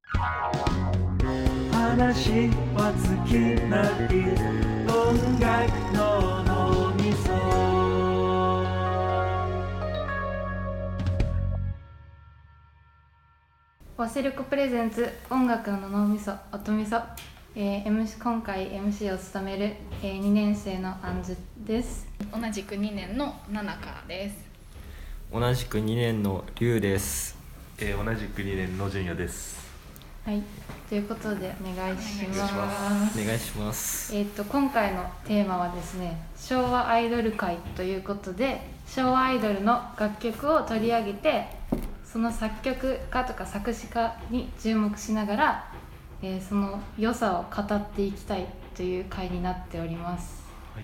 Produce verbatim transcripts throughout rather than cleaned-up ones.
話は尽きない音楽の脳みそ。 ワセルコプレゼンツ音楽の脳みそ音みそ、えー、エムシー 今回 エムシー を務める、えー、にねん生のアンズです。 同じくにねんのナナカです。 同じくにねんのリュウです。 えー、同じくにねんのジュンヤです。 はい、ということでお願いします。 お願いします。 えー、と今回のテーマはですね、昭和アイドル界ということで、昭和アイドルの楽曲を取り上げて、その作曲家とか作詞家に注目しながら、えー、その良さを語っていきたいという回になっております。 はい、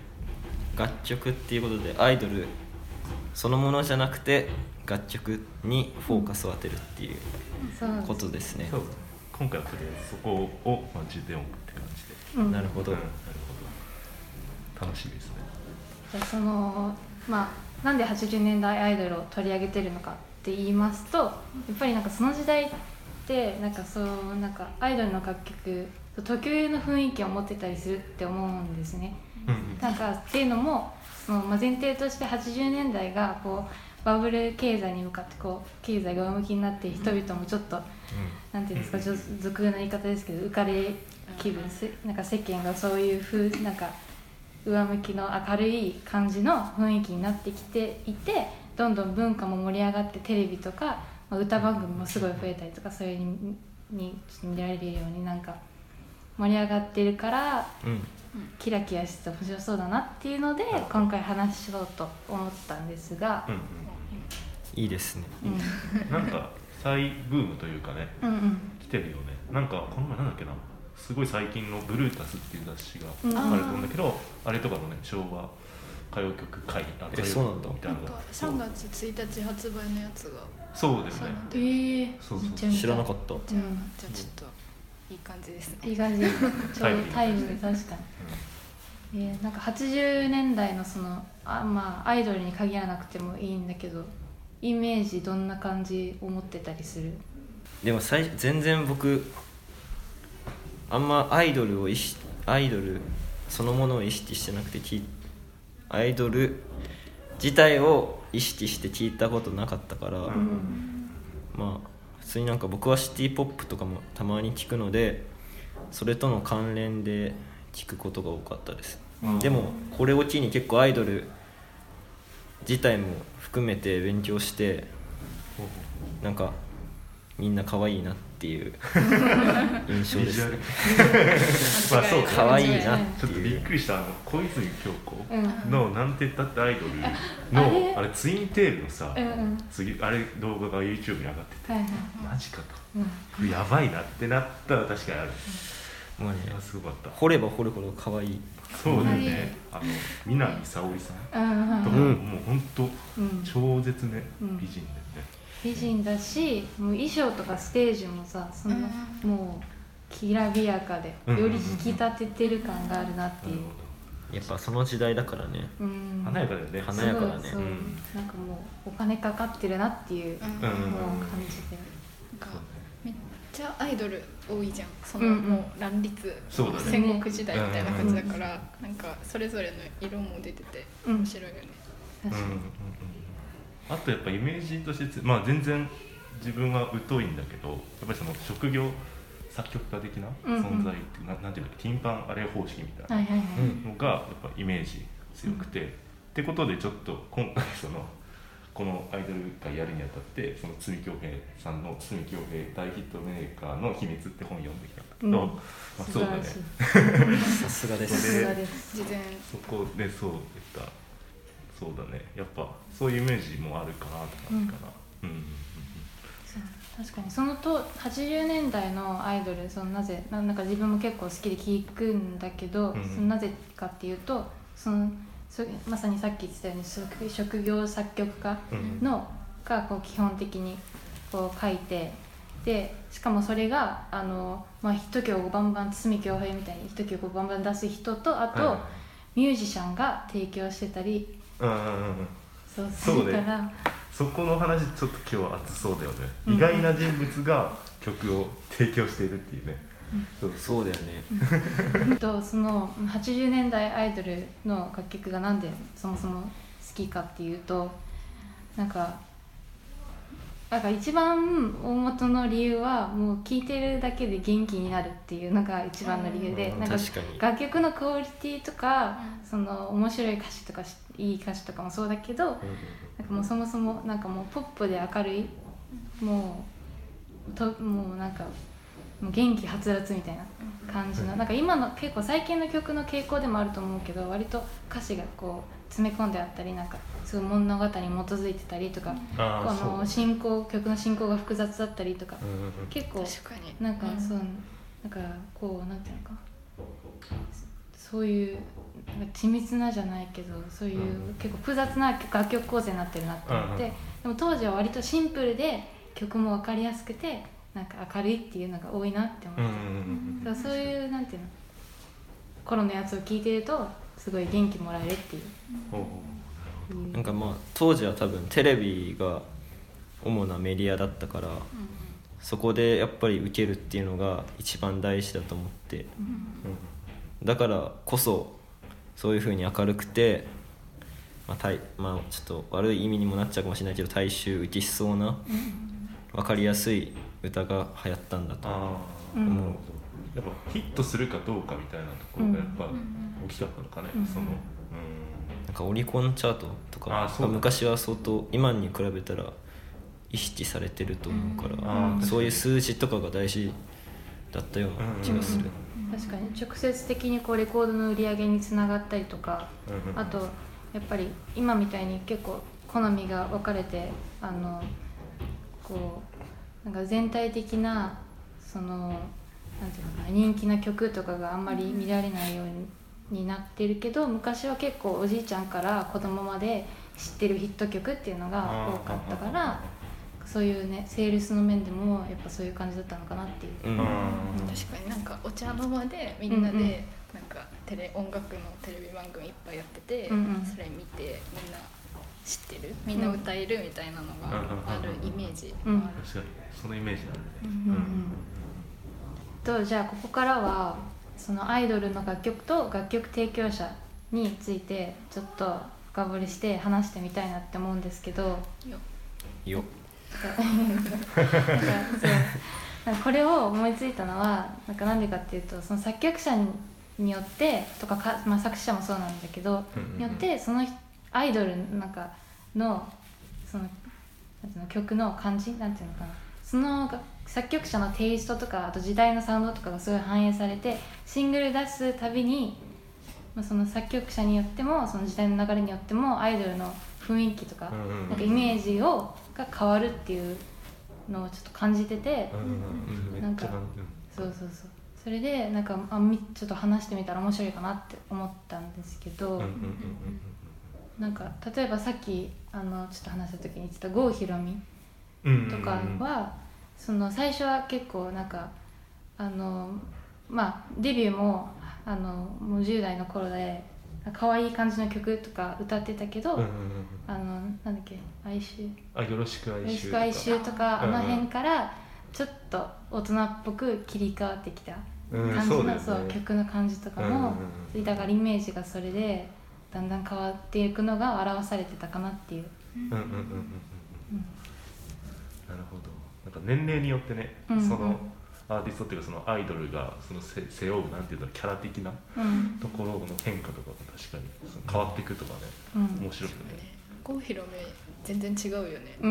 楽曲っていうことで、アイドルそのものじゃなくて楽曲にフォーカスを当てるっていうことですね。 そうですね。今回はとりあえずそこを、まあ、重点を置くって感じで、 うん、 なるほど、 うん、なるほど、楽しみですね。 じゃあその、まあ、なんではちじゅうねんだいアイドルを取り上げてるのかって言いますと、やっぱりなんかその時代ってなんかそうなんかアイドルの楽曲特有の雰囲気を持ってたりするって思うんですね。 うんうん、 なんかっていうのもその、まあ、前提としてはちじゅうねんだいがこうバブル経済に向かってこう経済が上向きになって、人々もちょっと、うん、なんていうんですか、俗な言い方ですけど浮かれ気分、なんか世間がそういう風なんか上向きの明るい感じの雰囲気になってきていて、どんどん文化も盛り上がって、テレビとか、まあ、歌番組もすごい増えたりとか、そういうにに見られるようになんか盛り上がってるから、うん、キラキラしてて面白そうだなっていうので今回話しようと思ったんですが、うんうん、 いいですね、 うん、なんか再ブームというかね、うんうん、来てるよね。なんかこの前なんだっけな、すごい最近のブルータスっていう雑誌があると思うんだけど、うん、あれとかのね、昭和歌謡曲会えそうなんだみたいなのがさんがつついたち発売のやつがそうですね。 えー、 そうそう知らなかった。 じゃあ、うん、じゃあちょっといい感じですね。 いい感じちょうどタイムで確かに、うん、えー、なんかはちじゅうねんだいのそのあ、まあ、アイドルに限らなくてもいいんだけど、イメージどんな感じを持ってたりする？ でも最全然僕あんまアイドルを意識アイドルそのものを意識してなくて、アイドル自体を意識して聞いたことなかったから、うん、まあ普通になんか僕はシティポップとかもたまに聞くので、それとの関連で聞くことが多かったです、うん、でもこれを機に結構アイドル自体も含めて勉強して、なんかみんな可愛いなっていう印象ですねまあそう可愛いなっていう。 ちょっとびっくりした、あの小泉京子のなんて言ったってアイドルの、うん、あれツインテールのさ、うんうん、次あれ動画が YouTube に上がってて、はいはい、マジかと、うん、やばいなってなったら確かにある、うん、まあね、すごかった。 掘れば掘るほど可愛い。 そうだよね。あの南沙織さんとかも、うん、もう本当、うん、超絶ね、美人だよね。 美人だし、もう衣装とかステージもさ、その、うん、もうきらびやかでより引き立ててる感があるなっていう、 やっぱその時代だからね、 うん、華やかだよね。 華やかだね。 そうそう、うん、なんかもうお金かかってるなっていう、うん、もう感じで、 なんかめっちゃアイドル多いじゃん、その、うん、もう乱立、そうだね、戦国時代みたいな感じだから、うん、なんかそれぞれの色も出てて面白いよね、 うん、確かに、うんうん、 あとやっぱイメージとして、まあ、全然自分は疎いんだけど、やっぱりその職業作曲家的な存在っていう、うんうん、な, なんていうの、ティンパンアレイ方式みたいなのがやっぱイメージ強くて、うん、ってことでちょっと今回そのこのアイドル界やるにあたって、その筒美京平さんの筒美京平大ヒットメーカーの秘密って本読んできたんだけど、うん、まあ、そうだねさすがです。 事前そこでそう言った、そうだね、やっぱそういうイメージもあるかなって感じかな、うんうんうんうん、 確かにそのとはちじゅうねんだいのアイドル、そのなぜなんか自分も結構好きで聞くんだけど、うん、そのなぜかっていうと、そのそまさにさっき言ってたように 職, 職業作曲家の、うん、がこう基本的にこう書いて、でしかもそれがあの、まあ、ヒット曲をバンバン筒美京平みたいにヒット曲をバンバン出す人と、あと、はい、ミュージシャンが提供してたり、 うんうんうん、 そうするから、 そこの話ちょっと今日は熱そうだよね、 うん、 意外な人物が曲を提供しているっていうね、 うん、そう、そうだよね、 うん、とそのはちじゅうねんだいアイドルの楽曲がなんでそもそも好きかっていうと、なんかなんか一番大元の理由はもう聴いてるだけで元気になるっていうのが一番の理由で、 うん、 なんか確かに楽曲のクオリティとか、うん、その面白い歌詞とかいい歌詞とかもそうだけど、うん、なんかもうそもそもなんかもうポップで明るい、もうともうなんかもう元気はつらつみたいな感じの、なんか今の結構最近の曲の傾向でもあると思うけど、割と歌詞がこう詰め込んであったり、なんかすごい物語に基づいてたりとか、この進行曲の進行が複雑だったりとか、うん、結構なんかそう、なんかこうなんていうのか、そういうなんか緻密なじゃないけど、そういう結構複雑な楽曲構成になってるなって思って、でも当時は割とシンプルで曲も分かりやすくてなんか明るいっていうのが多いなって思って、だからそういうなんていうの、頃のやつを聴いてるとすごい元気もらえるっていう、 うん、なんかまあ当時は多分テレビが主なメディアだったから、うん、そこでやっぱり受けるっていうのが一番大事だと思って、うんうん、だからこそそういう風に明るくて、まあたいまあ、ちょっと悪い意味にもなっちゃうかもしれないけど大衆受けしそうな、分かりやすい歌が流行ったんだと思う、うん、 やっぱヒットするかどうかみたいなところがやっぱ大きかったのかね、うん、その、うん、 なんかオリコンチャートとか昔は相当今に比べたら意識されてると思うから、うん、そういう数字とかが大事だったような気がする、 うんうん、確かに直接的にこうレコードの売り上げにつながったりとか、うん、あとやっぱり今みたいに結構好みが分かれて、あのこうなんか全体的なそのなんていうのかな、人気な曲とかがあんまり見られないようになってるけど、昔は結構おじいちゃんから子供まで知ってるヒット曲っていうのが多かったから、そういうねセールスの面でもやっぱそういう感じだったのかなっていう、うんうん、 確かになんかお茶の間でみんなで、うんうん、なんかテレ音楽のテレビ番組いっぱいやってて、うんうん、それ見てみんな知ってる、みんな歌えるみたいなのがあるイメージがある、うん、 確かにそのイメージなんで、 うんうんうん、とじゃあここからはそのアイドルの楽曲と楽曲提供者についてちょっと深掘りして話してみたいなって思うんですけど、よよなんかそうなんかこれを思いついたのはなんかなんでかっていうと、その作曲者によってとかか、まあ、作詞者もそうなんだけど、うんうんうん、によってそのアイドルなんかのそのなんていうの曲の感じなんていうのかな、その作曲者のテイストとかあと時代のサウンドとかがすごい反映されて、シングル出すたびに、まあ、その作曲者によってもその時代の流れによってもアイドルの雰囲気とか、うんうん、なんかイメージをが変わるっていうのをちょっと感じてて、うんうん、なんかそうそうそう、それでなんかあちょっと話してみたら面白いかなって思ったんですけど、うんうんうんうん、なんか例えばさっきあのちょっと話した時に言ってた郷ひろみとかは、うんうんうん、その最初は結構なんかあのまあデビューもあのもうじゅう代の頃で可愛い感じの曲とか歌ってたけど、うんうんうん、あのなんだっけ哀愁あよろしく哀愁とか、哀愁とかあの辺からちょっと大人っぽく切り替わってきた感じの、うん そうだよね、そう曲の感じとかも、うんうんうん、だからイメージがそれでだんだん変わっていくのが表されてたかなっていう。うんうんうんうんうん、 なるほど。なんか年齢によってね、うんうん、そのアーティストっていうかそのアイドルがそのせ背負うなんていうのキャラ的なところの変化とかが確かに変わっていくとかね、うん、面白いよね。 郷ひろみ全然違うよね。 うん、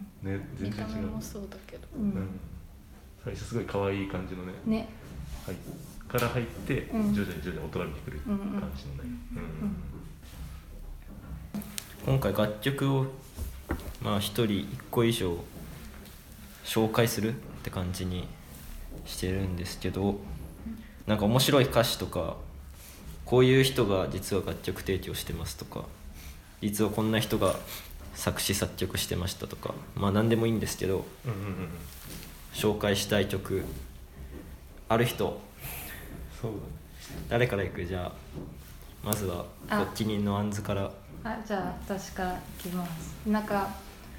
ね全然違う。 見た目もそうだけど。 うんうん、最初すごい可愛い感じのね。 ね。 はい。から入って徐々に徐々に大人びてくる感じのね。うんうんうん今回楽曲をまあ一人一個以上紹介するって感じにしてるんですけど、なんか面白い歌詞とかこういう人が実は楽曲提供してますとか実はこんな人が作詞作曲してましたとか、まあ何でもいいんですけど、うんうんうん、紹介したい曲ある人、 そうだね、 誰からいく？じゃあまずは発起人のあんずから。 あ、じゃあ私からいきます。なんか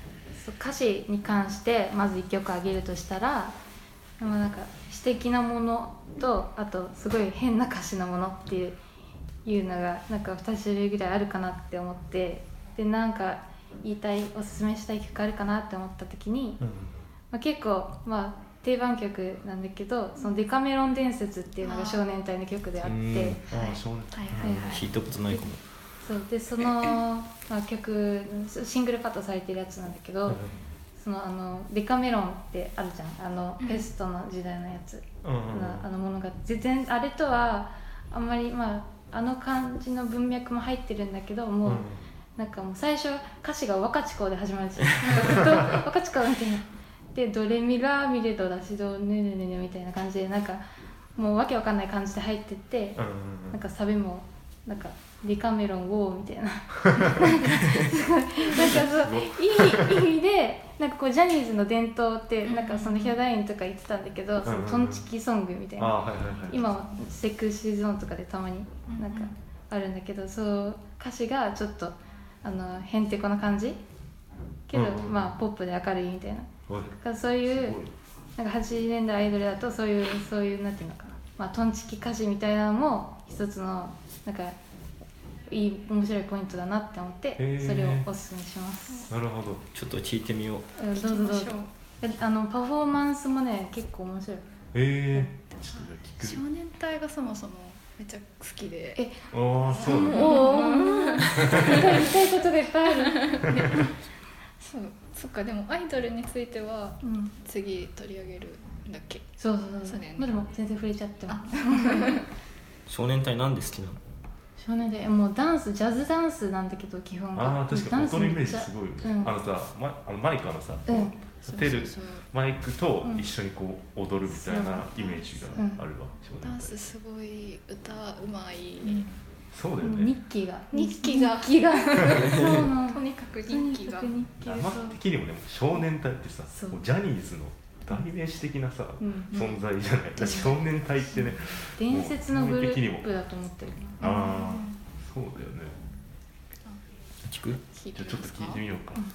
歌詞に関してまずいっきょくあげるとしたら、まあ、なんか詩的なものとあとすごい変な歌詞のものっていういうのがなんかに種類ぐらいあるかなって思って、でなんか言いたいおすすめしたい曲あるかなって思った時に、うんまあ、結構まあ定番曲なんだけど、そのデカメロン伝説っていうのが少年隊の曲であって、 ああ少年隊弾いたことないかも。 そうでその、まあ、曲シングルカットされてるやつなんだけど、うん、そのあのデカメロンってあるじゃん、あのペストの時代のやつ、うん、あのものが全然あれとはあんまりまああの感じの文脈も入ってるんだけど、もう、うん、なんかもう最初歌詞が若智子で始まるんですよ。ずっと若智子みたいなでドレミラミレドラシドネネネネみたいな感じでなんかもうわけわかんない感じで入ってって、うんうんうん、なんかサビもなんかデカメロンウォーみたいななんかなんかそういい意味でなんかこうジャニーズの伝統ってなんかそのヒャダインとか言ってたんだけど、そのトンチキソングみたいな、はいはいはい、今はセクシーゾーンとかでたまになんかあるんだけど、そう歌詞がちょっとあのへんてこな感じけど、まあポップで明るいみたいな、だからそういうなんかはちじゅうねんだいアイドルだとそういうそういうなんていうのかな、まあトンチキ歌詞みたいなのも一つのなんかいい面白いポイントだなって思ってそれをおすすめします。 なるほど、 ちょっと聞いてみよう。 うん、どうぞどうぞ。あのパフォーマンスもね結構面白い。 えー、ちょっと聞く。 少年隊がそもそもめっちゃ好きで。 え、 ああそうなんだ。 おお、言いたいことがいっぱいある。 そう、そっか。でもアイドルについては、うん、次取り上げるんだっけ。 そうそうそう。そうだよね。まあでも全然触れちゃっても。 少年隊なんで好きなの？ 少年でもうダンスジャズダンスなんだけど基本は。ああ確かに音のイメージすごいよね、うん、あのさ、ま、あのマイクのさ、うん、テルマイクと一緒にこう踊るみたいなイメージがあるわ、 うん、ダンスすごい歌うまい、うん、 そうだよね。 日記が日記が日記がそうなのとにかく日記が生的にもでも少年隊ってさジャニーズの代名詞的なさ、うん、存在じゃない、うん、少年隊ってね伝説のグループだと思ってる。 ああ、そうだよね。 聞く？ じゃあちょっと聞いてみようか。うん、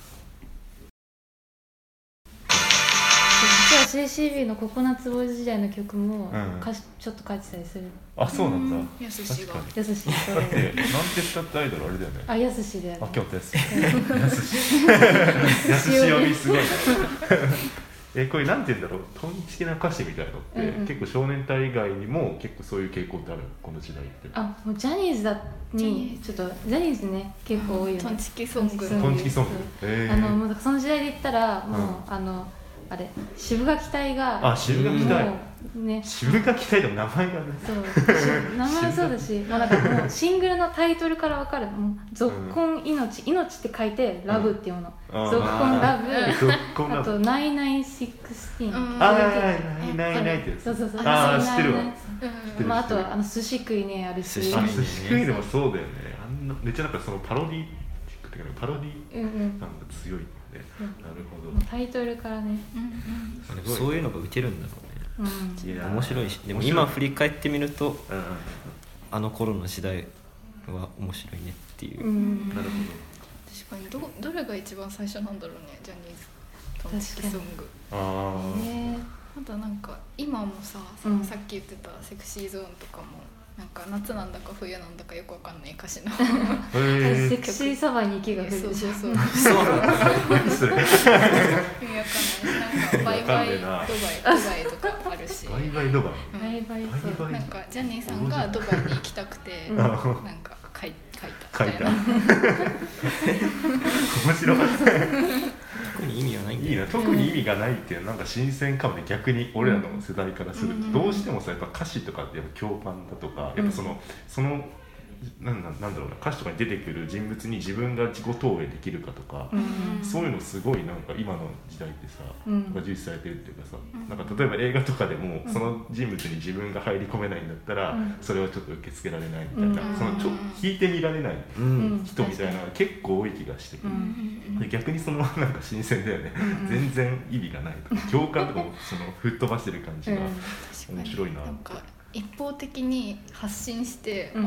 実は シーシービー のココナッツボーイズ時代の曲も歌詞ちょっと書いてたりする。 あ、そうなんだ。 やすしが。 やすし。 だってなんてしたってアイドルあれだよね。 あ、やすしだよね。 あ、今日やすし。やすし。やすし呼びすごいな。えこれなんて言うんだろう、トンチキな歌詞みたいなのって、うんうん、結構少年隊以外にも結構そういう傾向ってあるこの時代って。 あ、もうジャニーズだにちょっとジャニーズね結構多いよね。 トンチキソング。 トンチキソング。 あのもうその時代で言ったらもう、うん、あのあれ渋垣隊が。 あ、渋垣隊。 ね。 渋垣隊でも名前がね。 そう。名前そうだし、もうなんかもうシングルのタイトルからわかる。もうゾッコン命、命って書いてラブっていうもの。ゾッコンラブ。あとナイナイシックスティーン。 あ、ナイナイナイってやつ。 そうそうそう。 あ、知ってるわ。 まああとあの寿司食いねあるし。 寿司食いでもそうだよね。あんなめっちゃなんかそのパロディっていうかパロディなんか強い。なるほど。 タイトルからね、 うんうん、そういうのが受けるんだろうね、うん、いや面白いし、でも今振り返ってみると、うん、あの頃の時代は面白いねっていう、うん、 なるほど。 確かに ど, どれが一番最初なんだろうね、ジャニーズトンチキソング。 ああ、 ね、まだなんか今もさ、そのさっき言ってたセクシーゾーンとかもなんか夏なんだか冬なんだかよくわかんない歌詞のセクシーサバに息が降る。 そうそうそう。 そうなんだ。 何それ。意味わかんない。なんかバイバイドバイドバイとかあるし。 バイバイドバイ。 バイバイそう。 なんかジャニーさんがドバイに行きたくて、なんか書いたみたいな。面白い。 特に意味がないんだよ。 いいな、特に意味がないっていうのはなんか新鮮かもね。逆に俺らの世代からすると、どうしてもさやっぱ歌詞とかってやっぱ共感だとか、やっぱそのそのなんなんなんだろうな、歌詞とかに出てくる人物に自分が自己投影できるかとか、うん、そういうのすごいなんか今の時代ってさ、うん、重視されてるっていうかさ、うん、なんか例えば映画とかでも、うん、その人物に自分が入り込めないんだったら、うん、それはちょっと受け付けられないみたいな、うん、そのちょ引いてみられない人みたいなのが結構多い気がしてくる、うん、で逆にそのなんか新鮮だよね、うん、全然意味がないとか共感とかもその吹っ飛ばしてる感じが面白いなって、 うん、なんか一方的に発信して、うん、もう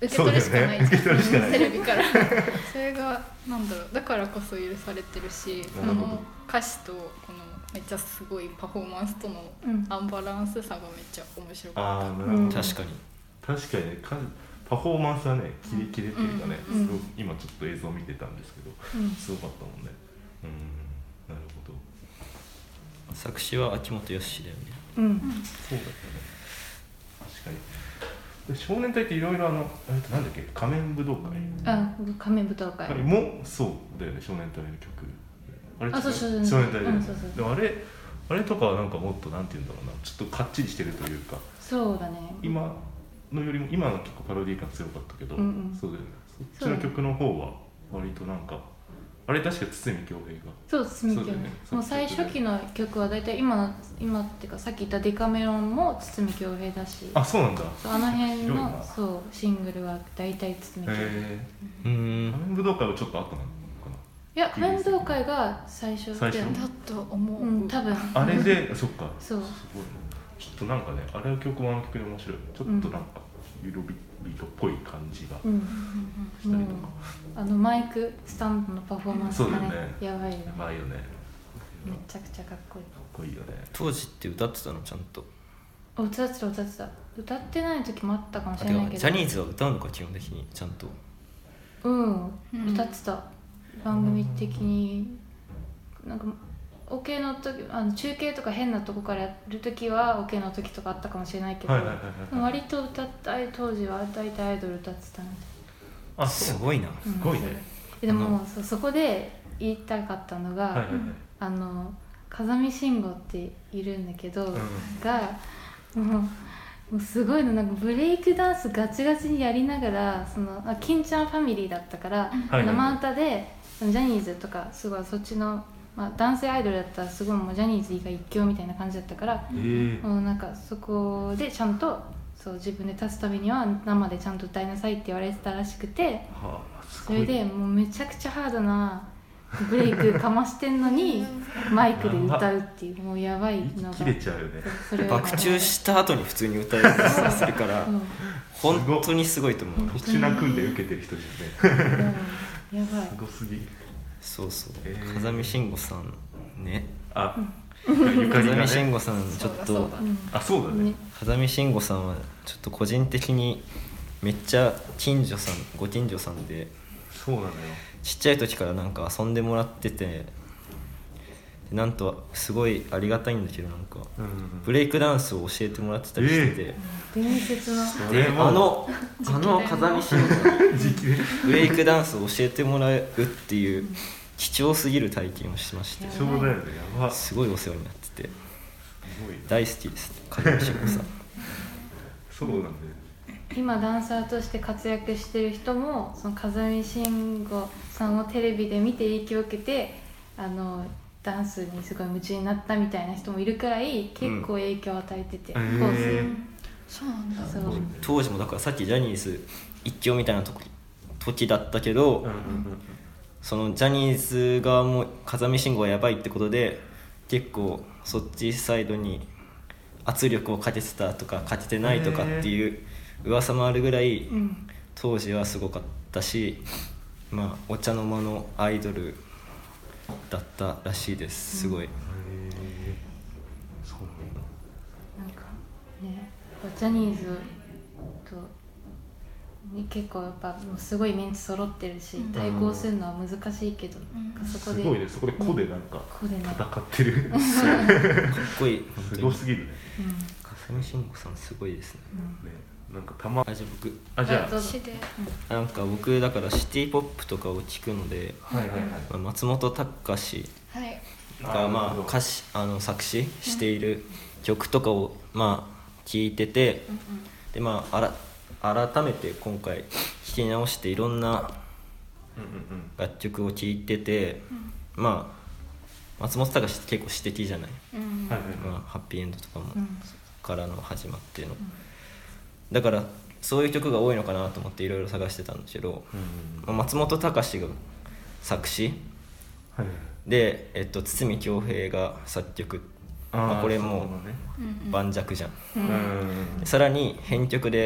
受け取るしかないじゃん、 受け取るしかないテレビからそれがなんだろう、だからこそ許されてるし、その歌詞とこのめっちゃすごいパフォーマンスとのアンバランスさがめっちゃ面白かった。 あーなるほど、 確かに確かにね、かパフォーマンスはねキレキレっていうかね、 うんすごい今ちょっと映像見てたんですけど、 うんすごかったもんね。うん、なるほど。 作詞は秋元康だよね。 うん、 そうだったね、確かに。で少年隊っていろいろあのえっとなんだっけ、仮面武道会、 あ、仮面舞踏会もそうだよね、少年隊の曲。あれ違うあ、そうそうそう、 少年隊だよね、 うん、そうそうでもあれあれとかはなんかもっとなんていうんだろうな、ちょっとかっちりしてるというか、 そうだね。 今のよりも今の結構パロディー感強かったけど、 うんうん、 そうだよね、そっちの曲の方は割となんかあれ確か堤恭平がそう堤恭平、ね、もう最初期の曲は大体今の今っていうかさっき言ったデカメロンも堤恭平だし、 あ、そうなんだ。 そうあの辺のそうシングルは大体堤恭平。 へうーん、 仮面武道会はちょっと後なのかいや、仮面舞踏会が最初最初でだと思う、 うん、多分な。あれでそっか、 そうすごいな。ちょっとなんかね、あれの曲もあの曲で面白い、ちょっとなんかユーロビートっぽい感じがうんしたりとか、 あのマイクスタンドのパフォーマンスがね、 そうだよねやばいよね、 やばいよね、 めちゃくちゃかっこいい。 かっこいいよね。 当時って歌ってたのちゃんと。 歌ってた歌ってた歌ってない時もあったかもしれないけど、 ジャニーズは歌うのか基本的にちゃんと。 うん、 うん、 歌ってた。番組的になんか OK の時、あの中継とか変なとこからやる時は OK の時とかあったかもしれないけど、 はいはいはいはい、 割と歌った当時は大体アイドル歌ってたので、 あ、 すごいな。 うん、 すごいね。 でもそ, そこで言いたかったのが、 はいはいはい、 あの風見慎吾っているんだけど、うん、がもうもうすごいの、なんかブレイクダンスガチガチにやりながら、そのあ金ちゃんファミリーだったから、はいはいはい、生歌でジャニーズとかすごいそっちの、まあ、男性アイドルだったらすごいもうジャニーズ以外一強みたいな感じだったから、 えー、 もうなんかそこでちゃんとそう自分で立つためには生でちゃんと歌いなさいって言われてたらしくて、 はあ、 それでもうめちゃくちゃハードなブレイクかましてんのにマイクで歌うっていう、もうやばいのが切れちゃうよね。 それ爆中した後に普通に歌えるとするから本当にすごいと思う。 特殊な訓練受けてる人ですね。 やばい、 すごすぎ。 そうそう、 えー、 風見慎吾さんね。 あ、 うん、風見慎吾さんちょっと、 あ、そうだね。 風見慎吾さんはちょっと個人的にめっちゃ近所さん、ご近所さんで、 そうなのよ。 ちっちゃい時からなんか遊んでもらってて、なんとすごいありがたいんだけど、なんか、うんうん、ブレイクダンスを教えてもらってたりしてて、 えー、伝説のであのあの風見慎吾さんブレイクダンスを教えてもらうっていう貴重すぎる体験をしまして、 貴重だよね、やば。 すごいお世話になってて、 すごい大好きです風見慎吾さん。 そうなんだよ。 今ダンサーとして活躍してる人もその風見慎吾さんをテレビで見て影響を受けて、あのダンスにすごい夢中になったみたいな人もいるくらい結構影響を与えてて、 うん、 コース、 えー、 そうなんだ。 そう当時もだからさっきジャニーズ一強みたいな時時だったけど、うんうんうん、そのジャニーズ側も風見慎吾はやばいってことで結構そっちサイドに圧力をかけてたとかかけてないとかっていう噂もあるぐらい、うん、当時はすごかったし、まあお茶の間のアイドルだったらしいです。すごい、うん、 そうなんかね、ジャニーズと結構やっぱもうすごいメンツ揃ってるし、うん、対抗するのは難しいけど、うん、そこですごいね、そこで個でなんか戦ってる、 うん、かっこいい、 すごすぎるね、 うん、風見慎吾さんすごいですね、 うん、ね、なんかたまあじゃあ僕あじゃあなんか僕だからシティポップとかを聞くので、 はいはいはい、 まあ、松本隆がまあ歌詞あの作詞している曲とかをまあ聞いてて、でまああら改めて今回聴き直していろんな楽曲を聴いてて、まあ松本隆って結構詩的じゃない、まあ、ハッピーエンドとかもからの始まっての、だからそういう曲が多いのかなと思っていろいろ探してたんですけど、まあ、松本隆が作詞、はい、で、えっと、堤恭平が作曲、まあ、これもう盤石じゃん、うん、さらに編曲で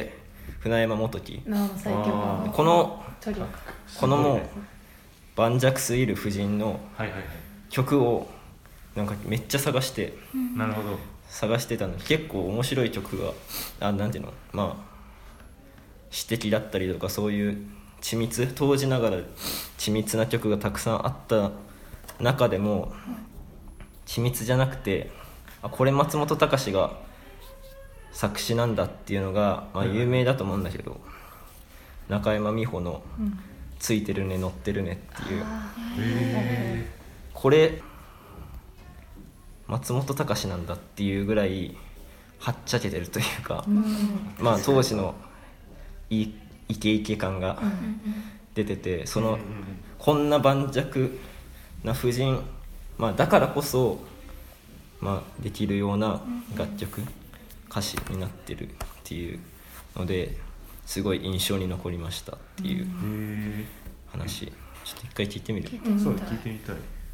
船山元樹、 最強のこのトリオこのもう盤石すぎる婦人の曲をなんかめっちゃ探して、 なるほど探してたのに結構面白い曲があなんていうのまあ詩的だったりとかそういう緻密当時ながら緻密な曲がたくさんあった中でも緻密じゃなくてあこれ松本隆が作詞なんだっていうのが、まあ、有名だと思うんだけど、中山美穂の「ついてるね乗ってるね」っていう、 へこれ松本隆なんだっていうぐらいはっちゃけてるというか、まあ当時のいいイケイケ感が出てて、そのこんな盤石な婦人、まあ、だからこそ、まあ、できるような楽曲歌詞になってるっていうのですごい印象に残りましたっていう話、ちょっと一回聞いてみる？ そう聞いてみたい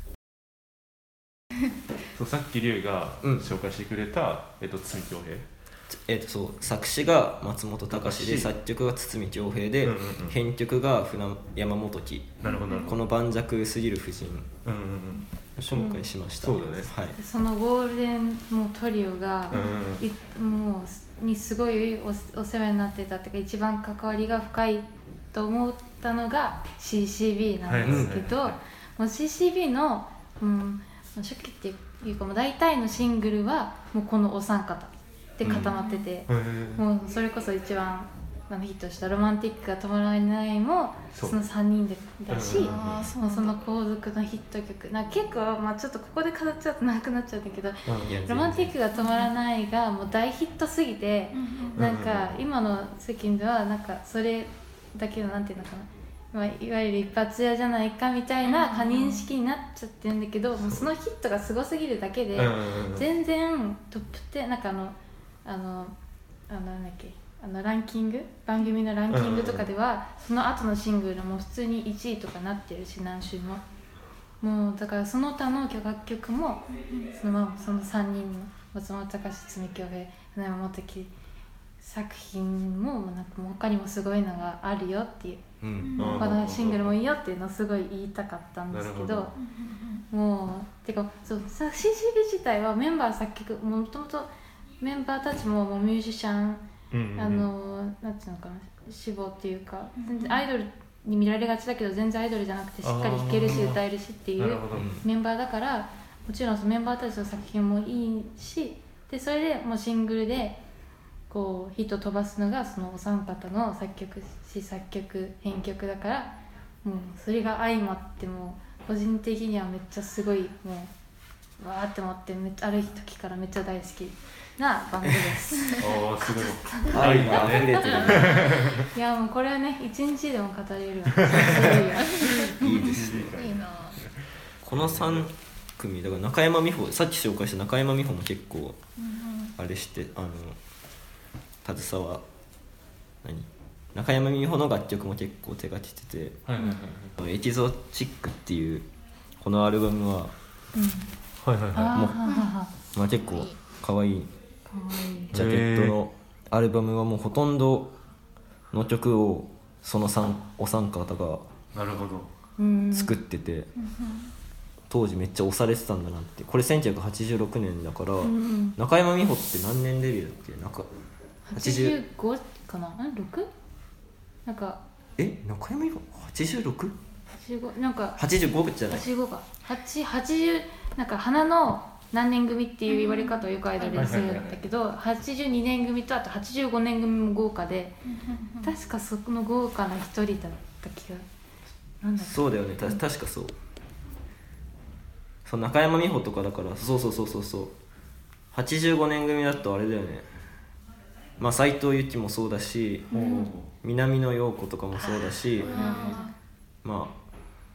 そうさっき龍が紹介してくれた、うんえっと、堤恭平えー、とそう作詞が松本隆で作曲が堤恭平で、うんうんうん、編曲が船山元樹。 なるほどこの盤石すぎる婦人を紹介しました、 うん、そうだね、 はい、 そのゴールデンもトリオが、うん、もうにすごい お, お世話になってたっていうか一番関わりが深いと思ったのが シーシービー なんですけど、はいはいはい、もう シーシービー の、うん、初期っていうかもう大体のシングルはもうこのお三方で固まってて、うん、もうそれこそ一番ヒットしたロマンティックが止まらないもそのさんにんでだし、うん、もうその後続のヒット曲な結構、まあ、ちょっとここで語っちゃうとなくなっちゃうんだけど、うん、ロマンティックが止まらないがもう大ヒットすぎて、うん、なんか今の世間ではなんかそれだけのなんていうのかな、まあ、いわゆる一発屋じゃないかみたいな認識になっちゃってるんだけど、もうそのヒットがすごすぎるだけで全然トップってなんかあのあのあのなんだっけあのランキング番組のランキングとかでは、うん、その後のシングルも普通にいちいとかなってるし何週ももうだからその他の楽曲もその、まあ、そのさんにんの松本隆堤恭平船山元樹作品もなんかもう他にもすごいのがあるよっていう、うん、このシングルもいいよっていうのをすごい言いたかったんですけど、もうてかそう シーシービー 自体はメンバー作曲もともとメンバーたちももうミュージシャン、うんうん、あのなんていうのかな志望っていうか全然アイドルに見られがちだけど全然アイドルじゃなくてしっかり弾けるし歌えるしっていうメンバーだから、もちろんそのメンバーたちの作品もいいしでそれでもうシングルでこうヒット飛ばすのがそのお三方の作曲詞作曲編曲だから、もうそれが相まっても個人的にはめっちゃすごいもうわーって思ってめっちゃある時からめっちゃ大好きなバンドですああすごい愛が溢れてるいやもうこれはね一日でも語れるわいいですねいいな。このさん組だから中山美穂さっき紹介した中山美穂も結構あれしてあの携わ何中山美穂の楽曲も結構手がけてて、はいはいはい、エキゾチックっていうこのアルバムは、うんはいはいはい、もうまあ、結構かわいいジャケットのアルバムはもうほとんどの曲をそのお三方が作ってて、当時めっちゃ押されてたんだなって。これせんきゅうひゃくはちじゅうろくねんだから、中山美穂って何年デビューだっけ。なんかはちじゅうごかな ろく? なんかえ中山美穂 はちじゅうろく? はちじゅうごなんかはちじゅうごじゃないはちじゅうごかはちじゅうなんか花の何年組っていう言われ方をよくアイドルにするんだけど、はちじゅうにねん組とあとはちじゅうごねん組も豪華で、確かそこの豪華な一人だった気がなんだっけ。そうだよね、た確かそう。そう中山美穂とかだからそうそうそうそうそうはちじゅうごねん組だとあれだよね、まあ斎藤由貴もそうだし、うん、南野陽子とかもそうだし、うん、まあ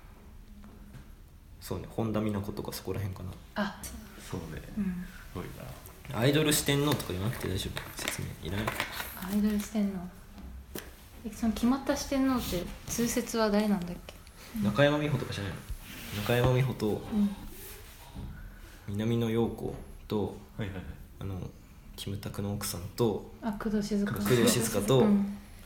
そうね本田美奈子とかそこら辺かな。 あそうね、うん、すごいな。 アイドル四天王とか言わなくて大丈夫？説明いらない？ アイドル四天王えその決まった四天王って通説は誰なんだっけ？ 中山美穂とかじゃないの？中山美穂と、うん、南野陽子と、はいはいはい、あのキムタクの奥さんとあ工藤静香工藤静香と、うん、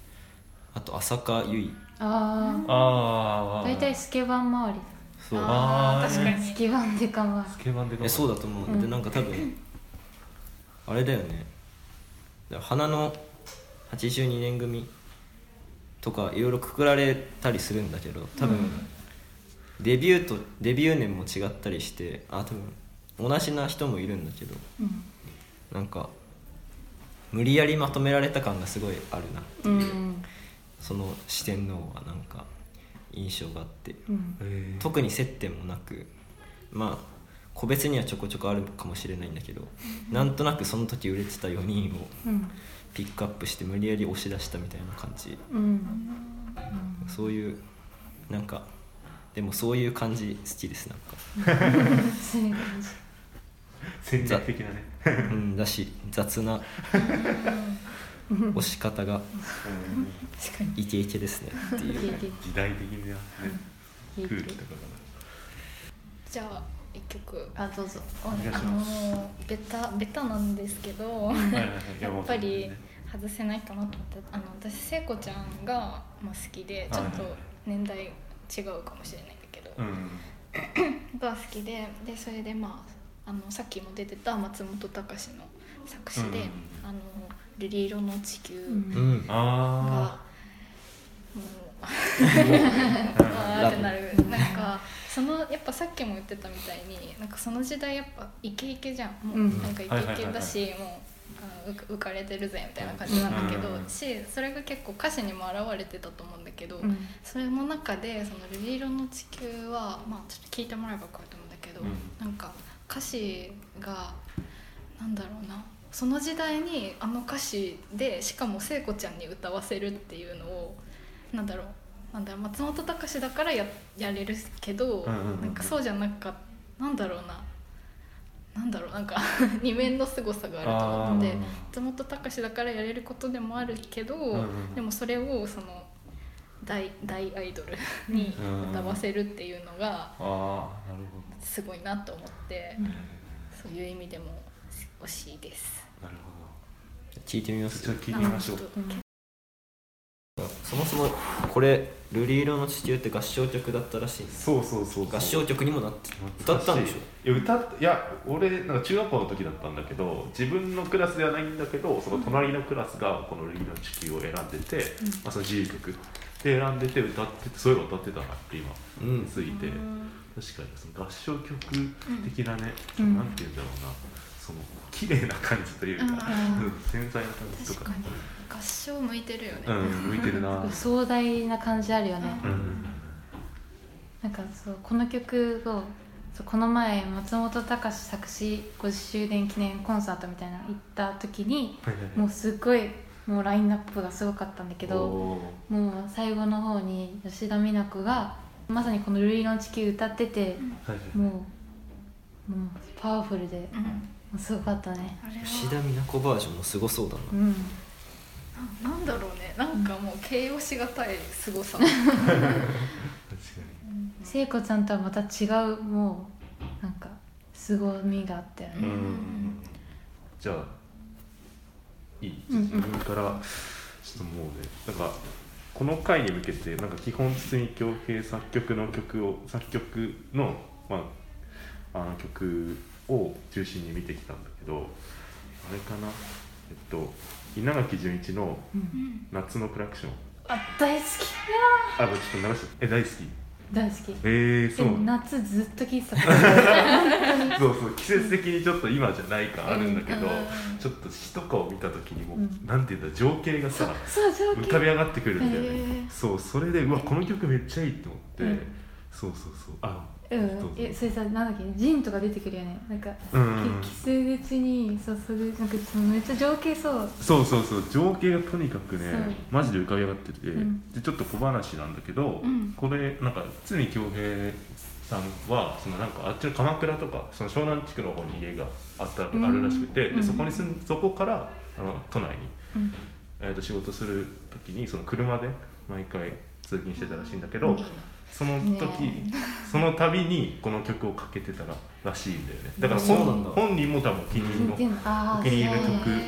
あと浅香唯。 あああ大体スケバン周り。 そうあー確かにスケバンデカはスケバンでえそうだと思う、 うんでなんか多分あれだよね、だから花のはちじゅうにねん組とかいろいろくくられたりするんだけど多分、 うんデビューとデビュー年も違ったりしてあ多分同じな人もいるんだけどうんなんか無理やりまとめられた感がすごいあるなってういう、 んその四天王はなんか印象があってうんへー特に接点もなくまあ個別にはちょこちょこあるかもしれないんだけどなんとなくその時売れてたよにんをうんピックアップして無理やり押し出したみたいな感じ、 うんそういうなんかでもそういう感じ好きですなんか、 そういう感じ戦略的なねうん、だし雑な押し方が確かにイケイケですねっていうイケイケ時代的な、ね、 イケイケ空気とかじゃあ一曲あどうぞあ願いしますのベタベタなんですけどがはいはいはいやっぱりいやもう外せないかなと思ってあの私聖子ちゃんが、まあ、好きでちょっと年代違うかもしれないんだけど、 うんが好きででそれでまああのさっきも出てた松本隆の作詞でうん 「あの瑠璃色の地球」 うんが、 あもうあーってなるなんかそのやっぱさっきも言ってたみたいになんかその時代やっぱイケイケじゃんもううんなんかイケイケだし、もうあの浮かれてるぜみたいな感じなんだけど、 うんしそれが結構歌詞にも表れてたと思うんだけど、 うんそれの中でその瑠璃色の地球はまあちょっと聞いてもらえば分かると思うんだけど、 うんなんか歌詞がなんだろうなその時代にあの歌詞でしかも聖子ちゃんに歌わせるっていうのをなんだろうなんだろう松本隆だから や, やれるけど、 うんうんうんなんかそうじゃなかったなんだろうななんだろうなんか二面の凄さがあると思って松本隆だからやれることでもあるけど、 んうんうんでもそれをその大大アイドルに歌わせるっていうのがああなるほすごいなと思って、 うんそういう意味でも惜しいです。 どなるほ聞いてみますどちょっと聞いてみましょうあちょっとそもそもこれ「瑠璃色の地球」って合唱曲だったらしいんです。 そうそうそうそう合唱曲にもなって歌ったんでしょ。 いや歌っいや俺なんか中学校の時だったんだけど自分のクラスではないんだけどその隣のクラスがこの「瑠璃色の地球」を選んでて、まあ、その自由曲で選んでて歌っててそういえば歌ってたなって今うんついて、確かにその合唱曲的なね、 うんなんて言うんだろうなその綺麗な感じというか、 うんうん繊細な感じとか確かに合唱向いてるよね。 うん向いてるな壮大な感じあるよね、 うんなんかそうこの曲をそうこの前松本隆作詞ごじゅっしゅうねん記念コンサートみたいなの行った時にはいはいはいもうすっごいもうラインナップがすごかったんだけどおーもう最後の方に吉田美奈子がまさにこの「瑠璃色の地球」歌っててはいはいもうもうパワフルでうんもうすごかったねあれは吉田美奈子バージョンもすごそうだな。 うんななんだろうねなんかもう形容しがたい凄さ。 確かに聖子ちゃんとはまた違うもうなんか凄みがあったよね、 うんじゃあいいうんうん自分からちょっともうねなんかこの回に向けてなんか基本筒井恭平作曲の曲を作曲の、まあ、あの曲を中心に見てきたんだけどあれかなえっと稲垣潤一のうん 「夏のクラクション」 あ大好きあちょっと流してえ大好き大好きえー、そうでも夏ずっと聴いてたからそうそう季節的にちょっと今じゃない感あるんだけど、 うんちょっと詩とかを見た時にも、 うんなんていうんだ情景がさそう条件浮かび上がってくるんだよね、 へーそうそれでうわこの曲めっちゃいいって思って、 うんそうそうそうあうんどうぞえそれさなんだっけジンとか出てくるよねなんか、 うんきキス口に注ぐなんかめっちゃ情景そうそうそうそう情景がとにかくねそうマジで浮かび上がってて、 うんでちょっと小話なんだけど、 うんこれなんか堤恭平さんはそのなんかあっちの鎌倉とかその湘南地区の方に家があった、 うんあるらしくてうんでそこに住んそこからあの都内に、 うんえー、と仕事する時にその車で毎回通勤してたらしいんだけど、 いいなその時、 ねその度にこの曲をかけてたららしいんだよねだからそうなんだ本本人も多分お気に入りの聞いてんのあーお気に入りの曲そうね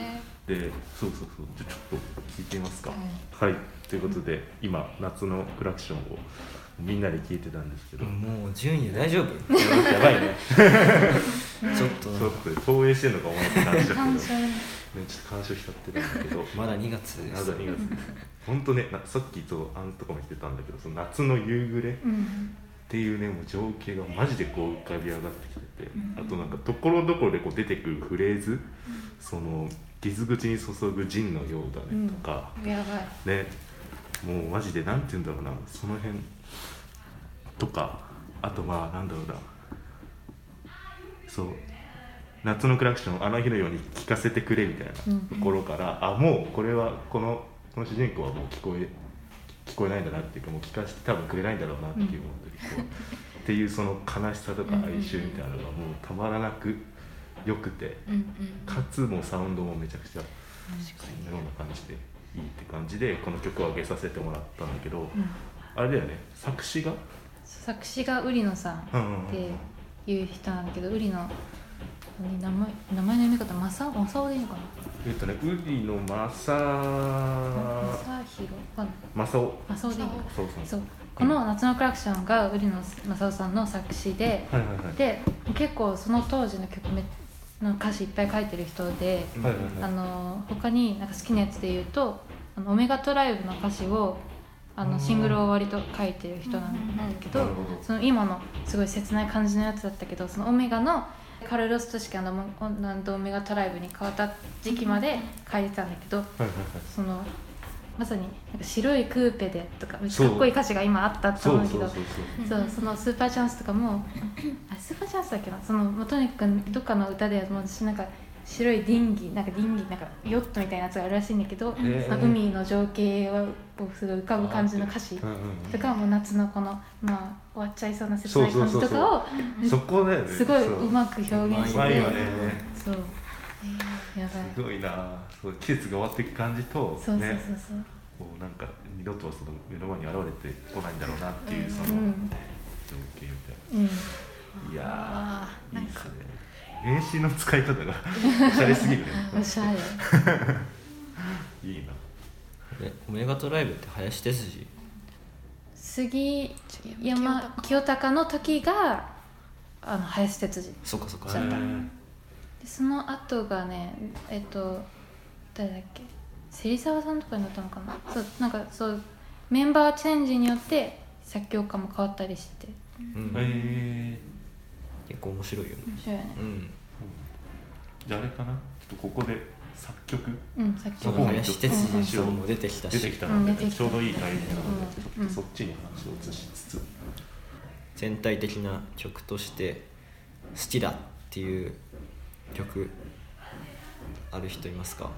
でそうそうそうじゃあちょっと聞いてみますか。はい、はい、ということで今夏のクラクションをみんなで聞いてたんですけど、 もう順位大丈夫やばいねちょっとちょっと投影してんのか思ってたんですけどね、ちょっと干渉しちゃってるんだけどまだにがつです。 まだにがつです本当ね、さっきとあんとかも言ってたんだけど、その夏の夕暮れっていうね、もう情景がマジでこう浮かび上がってきてて、あとなんかところどころでこう出てくるフレーズ、その傷口に注ぐジンのようだねとか、 うん、やばいね、もうマジでなんて言うんだろうな、その辺とか、あとまあなんだろうな、そう夏のクラクションあの日のように聞かせてくれみたいなところから、うん、あもうこれはこのこの主人公はもう聞こえ聞こえないんだなっていうか、もう聞かせて多分くれないんだろうなっていう、うん、こうっていうその悲しさとか哀愁みたいなのがもうたまらなく良くて、うんうん、かつもうサウンドもめちゃくちゃそんなような感じでいいって感じでこの曲を上げさせてもらったんだけど、うん、あれだよね、作詞が作詞が売野さんっていう人なんだけど、売野名前名前の読み方マサマサオでいいのかな。 えっとね、売野マサマサヒロマサオマサオでいいのか。 そうそうそう、この夏のクラクションが売野マサオさんの作詞で、 はいはいはい、 で結構その当時の曲の歌詞いっぱい書いてる人で、はいはいはい、あの他になんか好きなやつで言うと、あのオメガトライブの歌詞をあのシングルを割と書いてる人なんだけど、その今のすごい切ない感じのやつだったけど、そのオメガのカルロス・トシカのオメガトライブに変わった時期まで書いてたんだけど、そのまさになんか白いクーペでとかめっちゃかっこいい歌詞が今あったと思うけど、そうそのスーパーチャンスとかもあスーパーチャンスだっけな、そのもうとにかくどっかの歌でもう私なんか白いディンギなんかディンギなんかヨットみたいなやつがあるらしいんだけど、えー、その海の情景をすごい浮かぶ感じの歌詞とかも夏のこのまあ終わっちゃいそうな切ない感じとかをそこだよね、 すごいうまく表現してて、そう、えー、やばいすごいな、そう季節が終わっていく感じと、 そうそうそうそう、 ね、こうなんか二度とその目の前に現れてこないんだろうなっていうその情景みたいな、うん、いやーいいですね。名詞の使い方がおしゃれすぎるね。 おしゃれいいな。 えオメガトライブって林哲司杉山清隆の時があの林哲司そうかそうか、 でその後がねえっと誰だっけ芹沢さんとかになったのかな、そうなんかそうメンバーチェンジによって作曲家も変わったりしてて、 うん、へー結構面白いよね。 面白いね。 うん。 じゃああれかな。ちょっとここで作曲。 うん、作曲。 林哲司さんも出てきたし。 出てきたので、ちょうどいいタイミングなので、ちょっとそっちに話を移しつつ、 全体的な曲として好きだっていう曲ある人いますか？